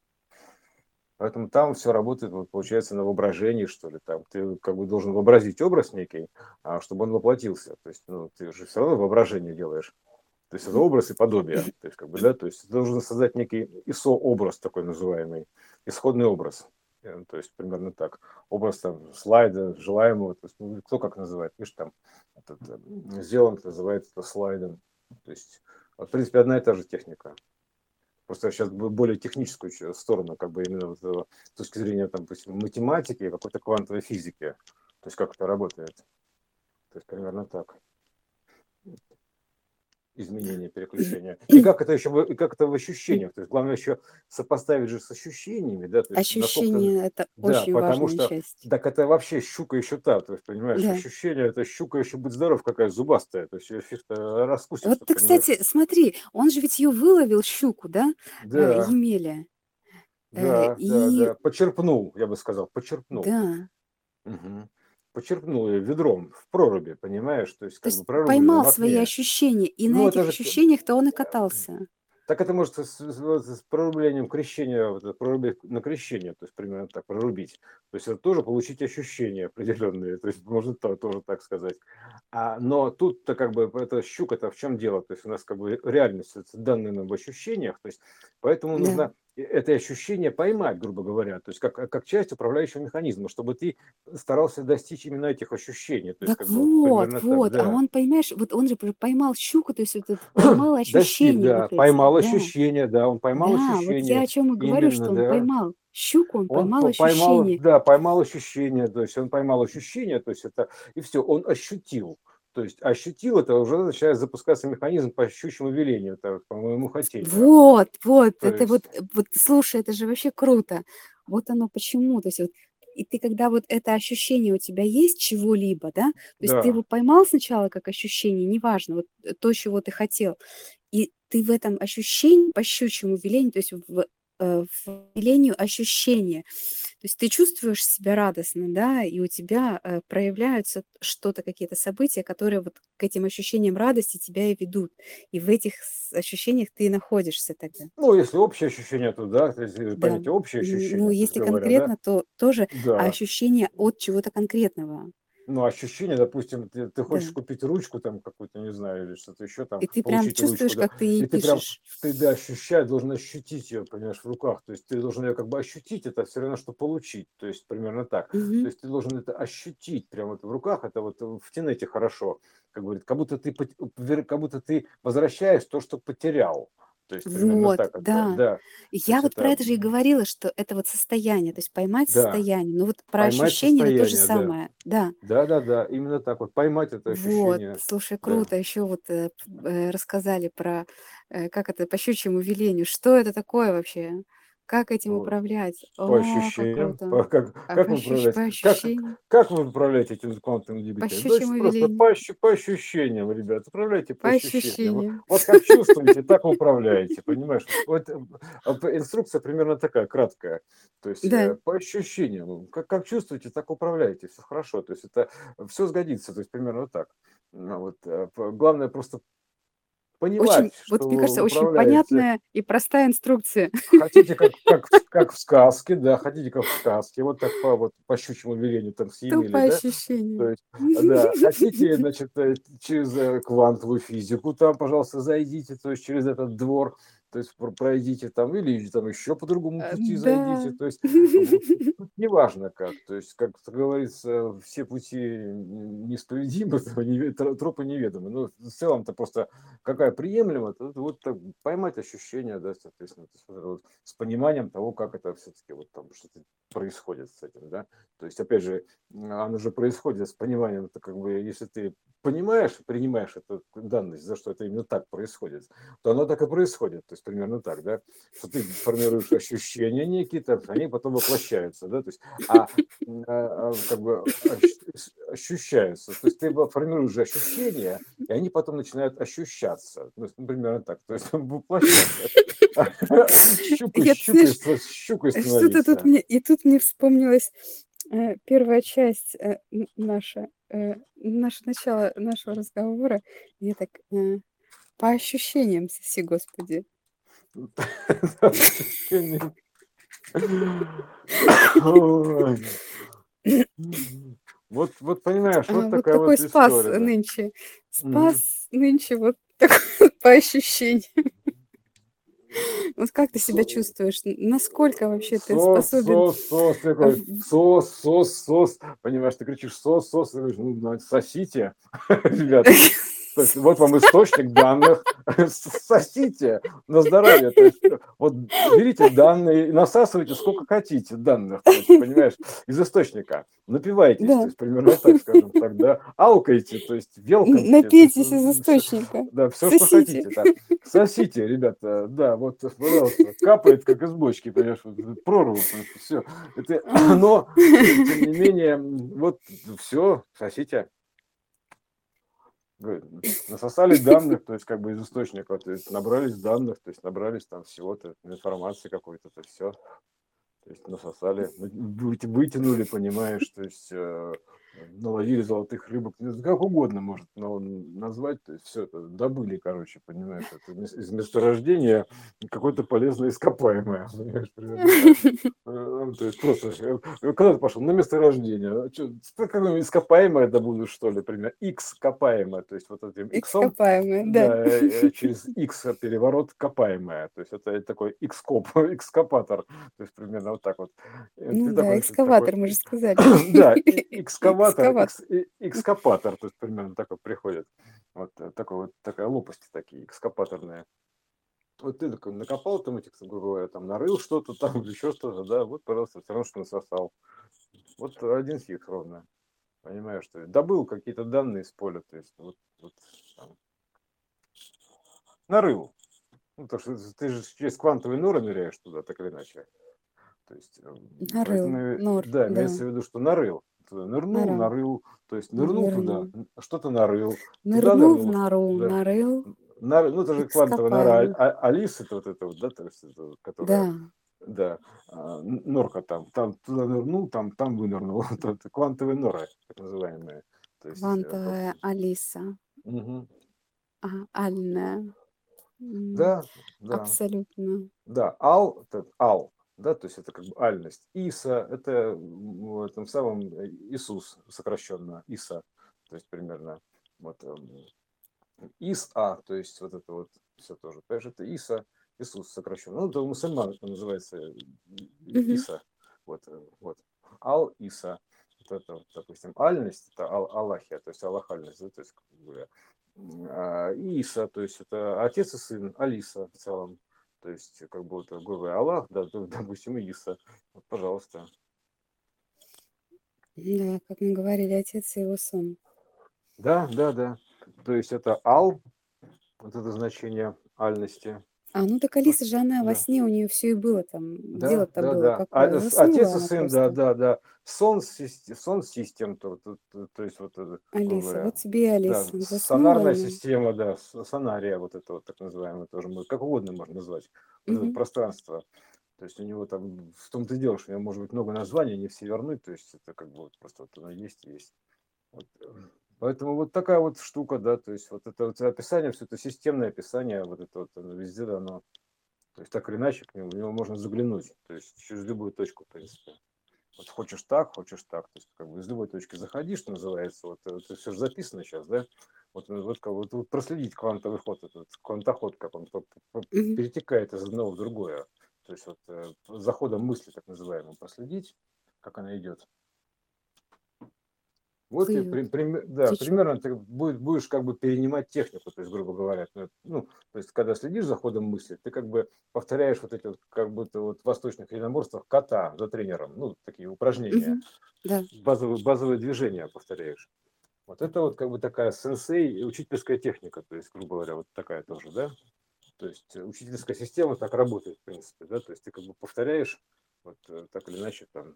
Поэтому там все работает, вот, получается, на воображении, что ли. Там ты как бы должен вообразить образ некий, чтобы он воплотился. То есть, ну, ты же все равно воображение делаешь. То есть это образ и подобие. То есть, как бы, да, то есть ты должен создать некий ISO-образ, такой называемый, исходный образ. То есть примерно так. Образ там слайда, желаемого, то есть, ну, кто как называет, видишь, там этот, сделан, называется это слайдом. То есть, в принципе, одна и та же техника. Просто сейчас более техническую сторону, как бы именно вот, с точки зрения там, допустим, математики, какой-то квантовой физики. То есть как это работает. То есть примерно так. Изменение, переключение. И как это еще и как это в ощущениях. То есть главное еще сопоставить же с ощущениями, да, то есть насколько. Ощущение — это Да, очень потому важная что часть. так это вообще щука еще та, то есть, понимаешь, Да. ощущение, это щука еще будь здоров, какая зубастая, то есть ее фиг-то Вот раскусишь, ты, понимаешь. кстати, смотри, он же ведь ее выловил, щуку, да, Да, Емеля. И да, почерпнул, я бы сказал, почерпнул. да, Мгм. Почерпнул ее ведром в проруби, понимаешь, то есть то как бы есть прорубленном поймал свои окне. ощущения, и на Ну, это этих же ощущениях-то он и катался. так это может с прорублением крещения, вот это прорубить на крещение, то есть примерно так, прорубить. То есть это тоже получить ощущения определенные, то есть можно тоже так сказать. Но тут-то как бы эта щука-то в чем дело? То есть у нас как бы реальность, это данные нам в ощущениях, то есть поэтому Да. нужно это ощущение поймать, грубо говоря, то есть как часть управляющего механизма, чтобы ты старался достичь именно этих ощущений, то есть Так как бы вот вот, примерно так, вот, а да. он, понимаешь, вот он же поймал щуку, то есть вот это поймал Достиг, ощущения вот да, эти, поймал да. ощущение, да, он поймал Да, вот я ощущение, о чем и говорю, именно, что он да. поймал щуку, он Он поймал поймал, ощущение. да, поймал ощущение, то есть он поймал ощущение, то есть это, и все, он ощутил. То есть ощутил это, уже начинает запускаться механизм по щучьему велению, это по моему хотению. Вот, вот, То это есть, вот, слушай, это же вообще круто. Вот оно почему. То есть вот, и ты, когда вот это ощущение у тебя есть чего-либо, да, то есть ты да, его поймал сначала как ощущение, неважно, вот то, чего ты хотел, и ты в этом ощущении, по щучьему велению, то есть в велению ощущения, то есть ты чувствуешь себя радостно, да, и у тебя проявляются что-то, какие-то события, которые вот к этим ощущениям радости тебя и ведут. И в этих ощущениях ты и находишься тогда. ну, если общее ощущение, то да, то есть Да. понятие общее Ну, ощущение, то есть если говоря, да, конкретно, то тоже да. ощущение от чего-то конкретного. Ну, ощущение, допустим, ты Да. хочешь купить ручку там какую-то, не знаю, или что-то еще там, И ты прям получить ручку, чувствуешь, да, как ты ей и ты прям, пишешь. ты, да, ощущаешь, должен ощутить ее, понимаешь, в руках, то есть ты должен ее как бы ощутить, это все равно, что получить, то есть примерно так, то Мгм. есть ты должен это ощутить прямо вот в руках, это вот в тенете хорошо, как говорит, как будто ты возвращаешь то, что потерял, то есть примерно Вот, так это, да. да, то Я есть вот про это, это же и говорила, что это вот состояние, то есть поймать да, состояние. Ну вот про поймать ощущение это то же состояние, да, самое. Да. да, именно так вот, поймать это Вот, ощущение, слушай, да. круто. Еще вот рассказали про, как это, по щучьему велению. Что это такое вообще? Как этим Вот. управлять? По О, как ощущениям, круто. А как вы управляете? по ощущениям? Как вы управляете этим квантовым По двигателем? Да очень щучьему просто, велению? по ощущениям, ребят, управляйте по По ощущениям. ощущениям. Вот как чувствуете, так управляете, понимаешь? Вот инструкция примерно такая, краткая. То есть Да. по ощущениям, как чувствуете, так управляете, все хорошо. То есть это все сгодится, то есть примерно так. Ну, вот, главное просто Очень, понимать, вот что мне вы кажется, очень управляете. понятная и простая инструкция. Хотите, как в сказке, да, хотите, как в сказке, вот так вот по щучьему велению там съемели, Тупо да, то ощущением. есть, да, хотите, значит, через квантовую физику, там, пожалуйста, зайдите, то есть через этот двор, то есть пройдите там, или там еще по другому пути Да. зайдите, то есть тут неважно как, то есть, как говорится, все пути несповедимы, тропы неведомы, но в целом-то просто какая приемлема, вот так поймать ощущения, да, соответственно, то есть вот с пониманием того, как это все-таки вот там что-то происходит с этим, да. То есть, опять же, оно же происходит с пониманием, это как бы, если ты понимаешь, принимаешь эту данность, за что это именно так происходит, то оно так и происходит, то есть примерно так, да, что ты формируешь ощущения некие, там, они потом воплощаются, да, то есть, как бы ощущаются, то есть ты формируешь же ощущения, и они потом начинают ощущаться. Ну, примерно так. То есть воплощаться. Я, ты знаешь, Щукой что-то тут становиться. мне, и тут мне вспомнилась первая часть наша, наше начало нашего разговора. Я так по ощущениям, си Господи. Ощущение. Ой. Вот понимаешь, вот Вот такая такой вот спас история, да. нынче. Мгм. Спас нынче вот по ощущениям. Вот как ты себя Со- чувствуешь? Насколько вообще ты Сос, способен сос, сос, такой, в сос, сос, сос. Понимаешь, ты кричишь сос, сос, ты говоришь, ну, сосите, ребята. То есть вот вам источник данных, сосите на здоровье. То есть вот берите данные и насасывайте сколько хотите данных, то есть, понимаешь, из источника. Напивайтесь, то Да, есть примерно так, скажем так, да. Алкайте, то есть велкомте, то есть напейтесь из источника, да, все, что сосите. хотите, да. Сосите, ребята, да, вот, пожалуйста, капает, как из бочки, понимаешь, вот, прорву, все. Это, А, но, тем не менее, вот, все, сосите. Говорит, насосали данных, то есть как бы из источника, то есть набрались данных, то есть набрались там всего-то, информации какой-то, то все, то есть насосали, вытянули, понимаешь, то есть наловили золотых рыбок, как угодно может назвать, то есть все это добыли, короче, понимаешь, это из месторождения какое-то полезное ископаемое, понимаешь, примерно так. То есть просто, когда ты пошел на месторождение, какое ископаемое добудешь, что ли, пример, X копаемое, то есть вот этим иксом, ископаемые, да. да, через X переворот копаемое, то есть это такой X-коп, экскаватор, то есть примерно вот так вот. Ты Ну да, такой, экскаватор, мы же сказали. да, экскаватор, Экскаватор. экскапатор, то есть примерно такой приходит. Вот такой вот, такая лопасти такие, экскапаторные. Вот ты такой накопал там этих, грубо говоря, там нарыл что-то там или еще что-то, да, вот, пожалуйста, все равно, что насосал. Вот один фиг ровно. Понимаешь, что добыл какие-то данные из поля, то есть вот там, нарыл. Ну, потому что ты же через квантовые норы ныряешь туда, так или иначе. То есть, Нарыл, поэтому, нор, да, да, имеется в виду, что нарыл. Туда нырнул, нора, нарыл, то есть нырнул туда, нырнул. что-то нарыл, туда Нырнул в нырнул, нору, да. нарыл Ну, это же квантовая нора ископаемых. Алисы, это вот, да, то есть, это, Да, которая, да, норка там туда нырнул, там вынырнул. Вот это квантовые норы, так называемые. То есть, квантовая Алиса. мгм. Альная. Да, да. Абсолютно. Да, ал, это ал, да, то есть это как бы альность. Иса, это в этом самом Иисус, сокращенно, Иса, то есть примерно вот Иса, то есть вот это вот все тоже. Понимаешь, это Иса, Иисус сокращенно. Ну, это у мусульман это называется Мгм. Иса. Вот, вот. Ал Иса. Вот это, вот, допустим, альность, это Аллахия, то есть Аллахальность, да, то есть как бы, Иса, то есть это отец и сын, Алиса в целом. То есть, как бы, вот, грубо говоря, Аллах, да, допустим, и Иса. Вот, пожалуйста. Да, как мы говорили, отец и его сын. Да, да, да. То есть это Ал, вот это значение альности. Ну так Вот, Алиса же она во да. сне, у нее все и было там. Да, Дело-то да, было да. какое? Отец Заснула и она сын, да, просто. да, да. Сон систем, то есть вот, грубо Алиса, говоря, вот тебе и да, Алиса. Заснула сонарная она. система, да, сонария, вот это вот так называемое тоже, как угодно можно назвать, вот это Мгм. пространство. То есть у него там, в том-то и дело, что у него может быть много названий, не все верны, то есть это как бы вот просто вот оно есть, есть. Вот, поэтому вот такая вот штука, да, то есть вот это вот описание, все это системное описание, вот это вот оно везде дано. То есть так или иначе в него можно заглянуть, то есть через любую точку, в принципе. Вот хочешь так, то есть как бы из любой точки заходи, что называется, вот это все же записано сейчас, да, вот, вот проследить квантовый ход, этот квантоход, как он Мгм. перетекает из одного в другое, то есть вот заходом мысли, так называемым, проследить, как она идет. Вот и Вы да, течет. примерно ты будешь как бы перенимать технику, то есть, грубо говоря, то есть, когда следишь за ходом мысли, ты как бы повторяешь вот эти вот, как будто вот в восточных единоборствах кота за тренером, ну, такие упражнения, Мгм. Да. базовые движения повторяешь. Вот это вот как бы такая сенсей, учительская техника, то есть, грубо говоря, вот такая тоже, да? То есть учительская система так работает, в принципе, да, то есть ты как бы повторяешь, вот так или иначе, там,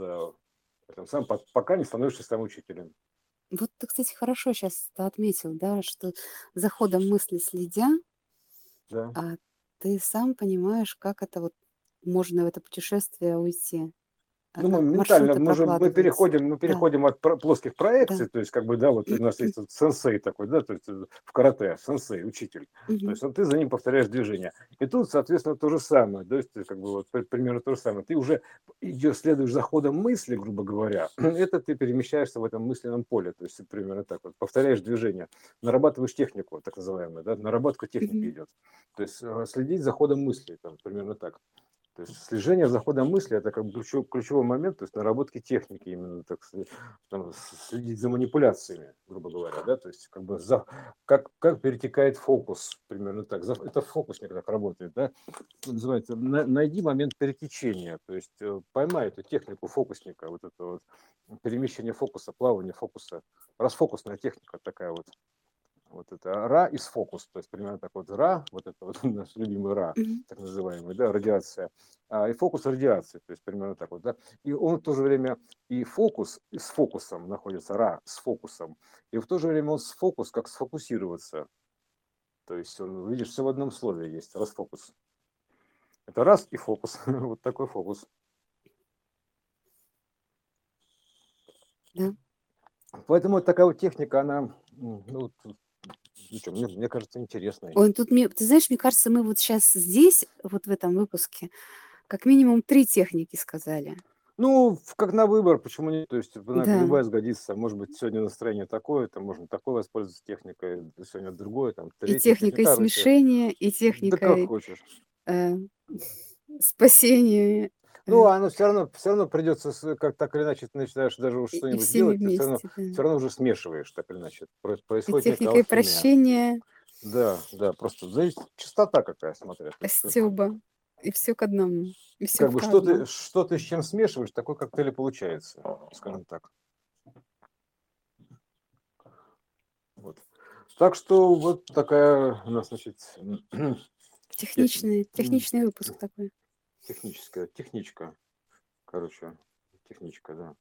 пока не становишься сам учителем. Вот ты, кстати, хорошо сейчас отметил, да, что за ходом мысли следя, Да. ты сам понимаешь, как это вот можно в это путешествие уйти. Ну, мы ментально, маршруты мы прокладываются. Да, переходим от плоских да. проекций, то есть, как бы, да, вот у нас есть вот сенсей такой, да, то есть в карате, сенсей, учитель. То Мгм. есть, вот ты за ним повторяешь движение. И тут, соответственно, то же самое, то есть, как бы, вот примерно то же самое. Ты уже идешь, следуешь за ходом мысли, грубо говоря, это ты перемещаешься в этом мысленном поле, то есть, примерно так вот, повторяешь движение, нарабатываешь технику, так называемую, да, наработка техники Мгм. идет. То есть, следить за ходом мысли, там, примерно так. То есть слежение за ходом мысли – это как бы ключевой момент, то есть наработки техники, именно так там, следить за манипуляциями, грубо говоря, да, то есть как бы как перетекает фокус, примерно так. Это фокусник так работает, да, называется, найди момент перетечения, то есть поймай эту технику фокусника, вот это вот перемещение фокуса, плавание фокуса, расфокусная техника такая вот. Вот это ра из фокус, то есть примерно так вот ра, вот это вот наш любимый ра, Мгм. так называемый, да, радиация, и фокус радиации, то есть примерно так вот, да. И он в то же время и фокус и с фокусом находится, ра с фокусом, и в то же время он с фокус, как сфокусироваться, то есть он, видишь, все в одном слове есть, расфокус. Это раз и фокус, вот такой фокус. Да. Поэтому вот такая вот техника, она, ну, ну, что, мне кажется, интересной. Ой, тут ты знаешь, мне кажется, мы вот сейчас здесь, вот в этом выпуске, как минимум 3 техники сказали. Ну, как на выбор, почему нет? То есть Да. любая сгодится. Может быть, сегодня настроение такое, там можно такой воспользоваться техникой, сегодня другое, там И третье. То есть, техникой короче, смешения, и да как техникой, хочешь. э, спасения, Ну, оно все равно придется, как так или иначе, ты начинаешь даже уж и что-нибудь всеми делать, ты вместе, да. все равно уже смешиваешь, так или иначе. И Происходит некая техникой алхимия. прощения, Да, да, просто зависит, частота какая, смотря. То есть, стёба, и все к одному, и все как в бы каждом. что ты с чем смешиваешь, такой коктейль и получается, скажем так. Вот. Так что вот такая у нас, значит, Техничный выпуск такой. техничка, короче, техничка, да.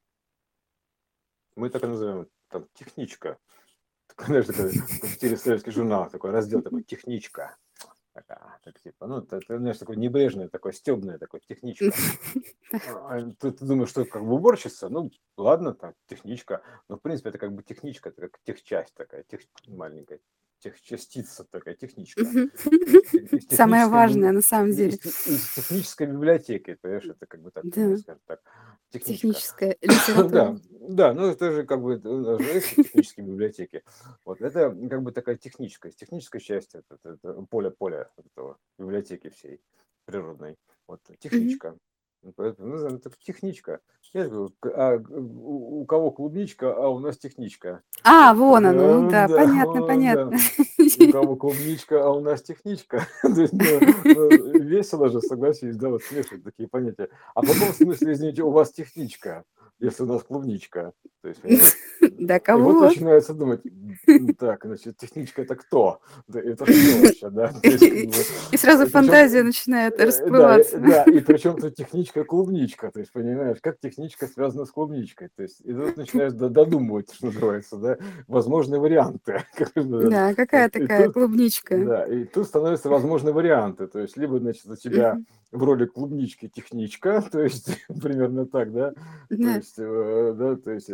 Мы так и называем, там, техничка. Такой, знаешь, такой, в стиле советских журналов, такой раздел такой, техничка. Такая, так, типа, ну, это, знаешь, такой небрежный, такой стебный, такой, техничка. Ты думаешь, что как бы уборщица? Ну, ладно, там, техничка. Но, в принципе, это как бы техничка, это как техчасть такая, маленькая. Техчастица такая, техничка. То есть из Самое технической, важное на самом деле. из технической библиотеки, понимаешь, это как бы так, Да, скажем так, техничка. техническая Да, литература. да, ну это же как бы у нас же есть технические библиотеки. Вот это как бы такая техническая часть это поля вот этого библиотеки всей природной. Вот Мгм. техничка. Поэтому назовем это техничка. Я говорю, у кого клубничка, а у нас техничка. А, Вот, вон оно, ну да, да, понятно, да. понятно. У кого клубничка, а у нас техничка. То есть, весело же, согласись, да, вот смешивать такие понятия. А в каком смысле, извините, у вас техничка, если у нас клубничка? То есть, понимаешь? Да И вот кого? начинается думать, так, значит, техничка это кто? Да, это что вообще, да? То есть, как бы, И сразу фантазия причем, начинает да, расплываться. да, и причем тут техничка-клубничка, то есть, понимаешь, как техничка связана с клубничкой, то есть, и тут начинаешь додумывать, что называется, да, возможные варианты. Да, какая Вот, и такая тут, клубничка? да, и тут становятся возможны варианты, то есть, либо, значит, у тебя Мгм. в роли клубнички техничка, то есть, примерно так, да, то Да. есть, да, то есть,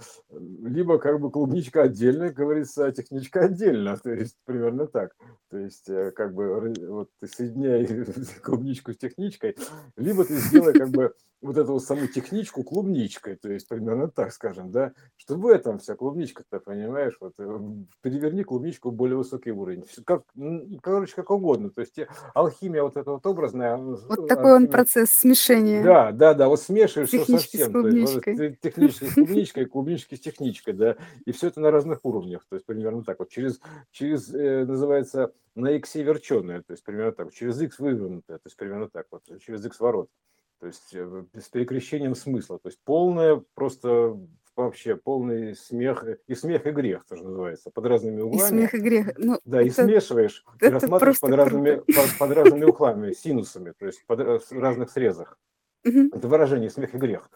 либо как бы клубничка отдельно, как говорится, а техничка отдельно, то есть, примерно так. То есть, как бы, вот ты соединяй клубничку с техничкой, либо ты сделай как бы вот эту вот саму техничку клубничкой, то есть примерно так скажем, да, что в этом вся клубничка-то, понимаешь, вот переверни клубничку в более высокий уровень, как, короче, как угодно, то есть алхимия вот эта вот образная, Вот такой он алхимия, процесс смешения да, да, да, вот смешиваешь все технички с совсем, то есть вот клубничкой. технически с клубничкой, клубнички с техничкой, да, и все это на разных уровнях, то есть примерно так вот, через называется, на иксе верченое, то есть примерно так, через икс вывернутое, то есть примерно так вот, через икс ворот, то есть с перекрещением смысла, то есть полное просто вообще полный смех и грех, тоже называется, под разными И углами, смех, и грех. Ну, да, и смешиваешь, и это рассматриваешь просто круто. под разными углами, синусами, то есть в разных срезах. Мгм. Это выражение смех и грех.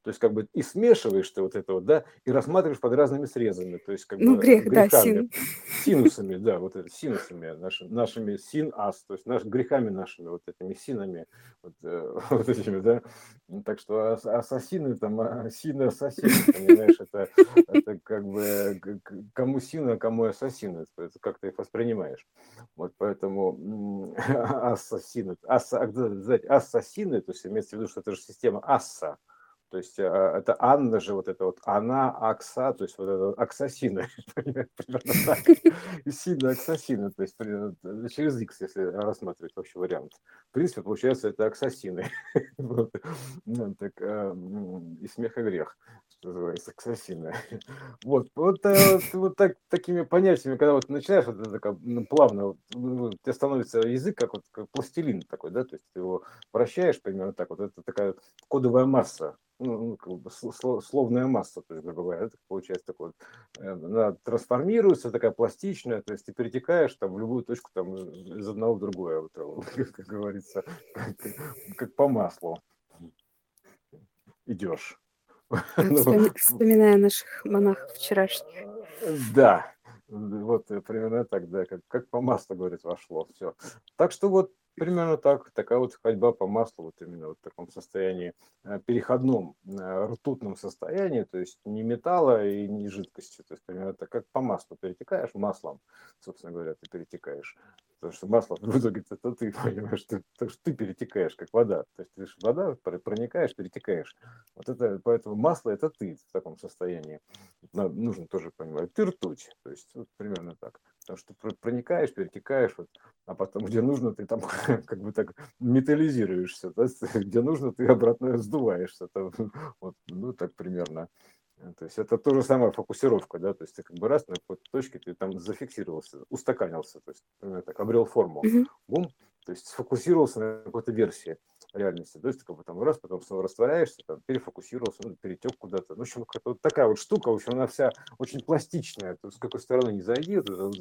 То есть как бы и смешиваешь ты вот это вот, да, и рассматриваешь под разными срезами, то есть как Ну, бы грех, да, грехами, син. синусами, да, вот это, синусами нашими син ас, то есть грехами нашими, вот этими синами, вот, вот этими, да. Так что ассасины там, сины ассасины, понимаешь, это как бы кому сины, а кому ассасины, это как ты их воспринимаешь. Вот поэтому ассасины, ассасины, то есть имеется в виду, что это же система асса, то есть это Анна же, вот это вот она, Акса, то есть вот это аксасина, примерно так. И сина аксасина, то есть через X, если рассматривать вообще вариант. В принципе, получается, это аксасины. Вот. Ну, так, и смех, и грех, что называется, аксасины. Вот так, такими понятиями, когда вот начинаешь вот это плавно, у тебя становится язык как пластилин такой, да, то есть ты его вращаешь примерно так, вот это такая кодовая масса, как бы словная масса, то есть, грубо говоря, это получается такой, она трансформируется, такая пластичная, то есть ты перетекаешь там в любую точку там из одного в другое, вот, как говорится, как по маслу идешь. Ну, Вспоминая наших монахов вчерашних. да, вот примерно так, да, как по маслу, говорит, вошло все. Так что вот примерно так, такая вот ходьба по маслу, вот именно вот в таком состоянии, переходном, ртутном состоянии, то есть не металла и не жидкости, то есть примерно так, как по маслу перетекаешь, маслом, собственно говоря, ты перетекаешь. Потому что масло в итоге это ты, понимаешь, потому что ты перетекаешь, как вода. То есть ты же вода, проникаешь, перетекаешь. Вот это, поэтому масло это ты в таком состоянии. Нужно тоже понимать. Ты ртуть. То есть вот примерно так. Потому что проникаешь, перетекаешь, вот, а потом, где нужно, ты там как бы так металлизируешься. Да? Где нужно, ты обратно сдуваешься. Вот, ну, так примерно. То есть это то же самое фокусировка, да, то есть ты как бы раз на какой-то точке ты там зафиксировался, устаканился, то есть так обрел форму, Мгм. бум, то есть сфокусировался на какой-то версии реальности, то есть ты как бы там раз, потом снова растворяешься, там, перефокусировался, ну, перетек куда-то, ну, в общем, вот такая вот штука, в общем, она вся очень пластичная, то есть с какой стороны не зайди,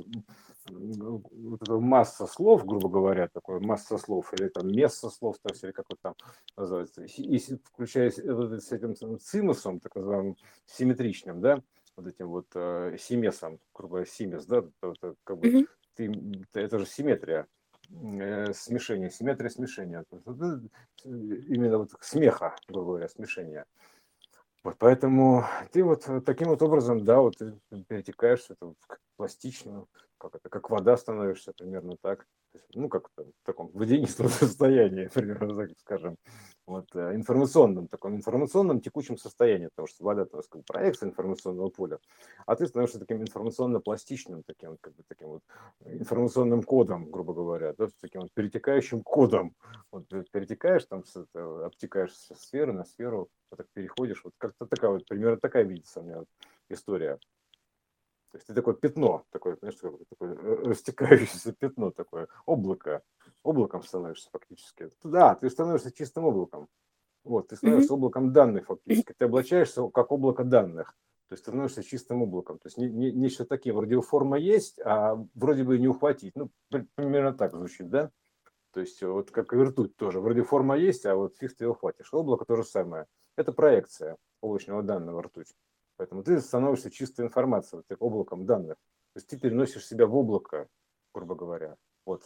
вот эта масса слов, грубо говоря, такое масса слов, или там место слов, то есть, или как вот там называется, и включая с этим цимусом, так называемым, симметричным, да, вот этим вот симесом, грубо говоря, симес, да, это как бы Мгм. это же симметрия, смешение, симметрия смешения, именно вот смеха, грубо говоря, смешения. Вот поэтому ты вот таким вот образом, да, вот ты перетекаешь это вот как пластично, как это, как вода становишься, примерно так. То есть, ну, как в таком водянистом состоянии, примерно так скажем. Вот, информационном, таком информационном текучем состоянии, потому что вода это как бы проекция информационного поля, а ты становишься таким информационно-пластичным, таким вот, как бы таким вот информационным кодом, грубо говоря, да, таким вот перетекающим кодом. Вот перетекаешь там, обтекаешь со сферы на сферу, вот так переходишь, вот как-то такая вот, примерно такая видится у меня вот история. То есть ты такое пятно, такое, знаешь, такое растекающееся пятно, такое облако, облаком становишься фактически. Да, ты становишься чистым облаком. Вот, ты Мгм. становишься облаком данных фактически. Ты облачаешься как облако данных. То есть ты становишься чистым облаком. То есть нечто такие, вроде форма есть, а вроде бы и не ухватить. Ну, примерно так звучит, да? То есть вот как и ртуть тоже. Вроде форма есть, а вот фиг ты его хватишь. Облако то же самое. Это проекция облачного данного ртуть. Поэтому ты становишься чистой информацией, вот, как облаком данных. То есть ты переносишь себя в облако, грубо говоря. Вот.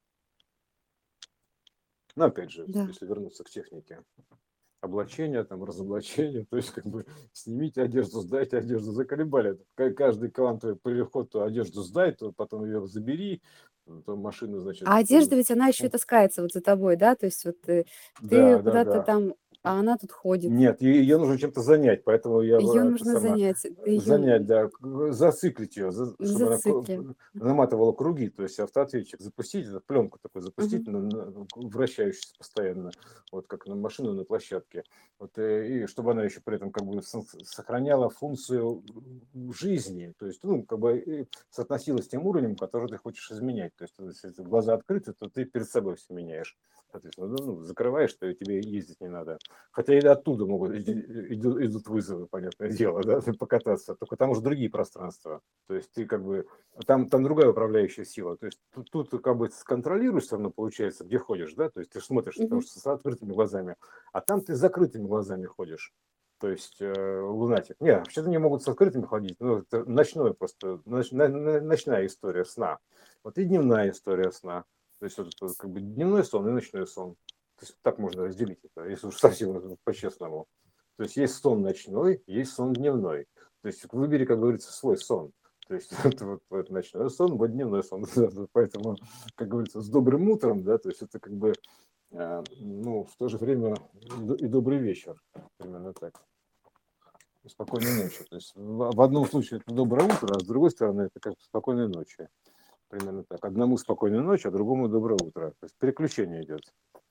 Но опять же, Да. если вернуться к технике облачения, там, разоблачения, то есть как бы снимите одежду, сдайте одежду, заколебали. Каждый квантовый переход, то одежду сдай, то потом ее забери, то машину, значит, А одежда ведь она еще таскается вот за тобой, да? То есть вот ты да, да, куда-то да. там, а она тут ходит. Нет, ее нужно чем-то занять, поэтому я Ее это нужно самое занять. Ты ее занять, да, зациклить ее, чтобы она зацикли. наматывала круги, то есть автоответчик запустить, эту пленку такой запустить, Мгм. вращающуюся постоянно, вот как на машину на площадке, вот, и чтобы она еще при этом как бы сохраняла функцию жизни, то есть, ну, как бы соотносилась с тем уровнем, который ты хочешь изменять, то есть, если глаза открыты, то ты перед собой все меняешь, соответственно, ну, закрываешь, то тебе ездить не надо. Хотя и оттуда могут идут вызовы, понятное дело, да, покататься. Только там уже другие пространства. То есть ты как бы там другая управляющая сила. То есть тут ты как бы контролируешь все равно, получается, где ходишь, да, то есть ты смотришь, потому Мгм. что с открытыми глазами, а там ты с закрытыми глазами ходишь. То есть лунатик. Не, вообще-то они могут с открытыми ходить. Ну, это ночной просто, ночная история сна. Вот и дневная история сна. То есть вот, как бы дневной сон и ночной сон. То есть так можно разделить это, если уж совсем по-честному. То есть есть сон ночной, есть сон дневной. То есть выбери, как говорится, свой сон. То есть это вот ночной сон, вот дневной сон. Поэтому, как говорится, с добрым утром, да, то есть это как бы, ну, в то же время и добрый вечер. Примерно так. Спокойной ночи. То есть в одном случае это доброе утро, а с другой стороны это как спокойной ночи. Примерно так. Одному спокойной ночи, а другому доброе утро. То есть переключение идет.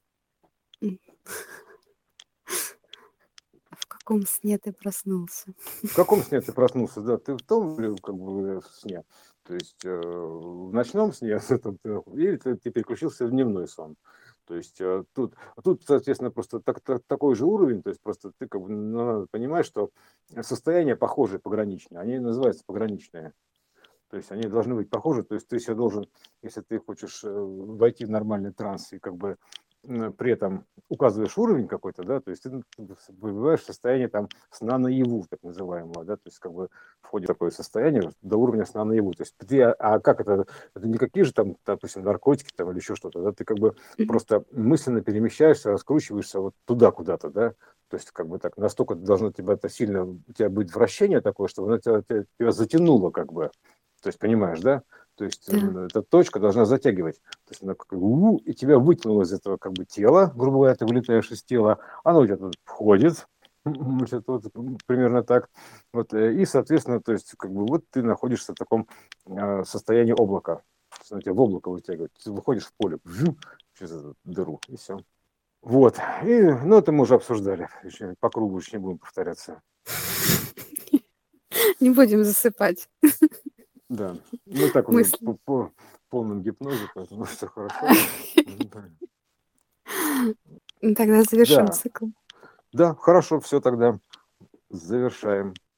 В каком сне ты проснулся? В каком сне ты проснулся? Да, ты в том как бы сне. То есть в ночном сне или ты переключился в дневной сон. То есть тут, соответственно, просто такой же уровень, то есть просто ты как бы надо понимать, что состояния похожие, пограничные, они называются пограничные. То есть они должны быть похожи, то есть ты себе должен, если ты хочешь войти в нормальный транс и как бы при этом указываешь уровень какой-то, да, то есть ты выбиваешь состояние там сна наяву, так называемого, да, то есть как бы входит в такое состояние до уровня сна наяву. То есть ты, как это не какие же там, допустим, наркотики там или еще что-то, да, ты как бы просто мысленно перемещаешься, раскручиваешься вот туда куда-то, да, то есть как бы так настолько должно тебя это сильно, у тебя будет вращение такое, что оно тебя затянуло как бы. То есть, понимаешь, да? То есть Да. эта точка должна затягивать. То есть она как бы, и тебя вытянуло из этого как бы тела, грубо говоря, ты вылетаешь из тела, оно у тебя тут входит, значит, вот, примерно так. Вот, и, соответственно, то есть как бы вот ты находишься в таком состоянии облака. То есть оно тебя в облако вытягивает. Ты выходишь в поле, через эту дыру, и все. Вот. И, ну, это мы уже обсуждали. Еще по кругу еще не будем повторяться. Не будем засыпать Да, мы так уже мысли. по полном гипнозе, поэтому все хорошо. Тогда завершим Да, цикл. да, хорошо, все тогда завершаем.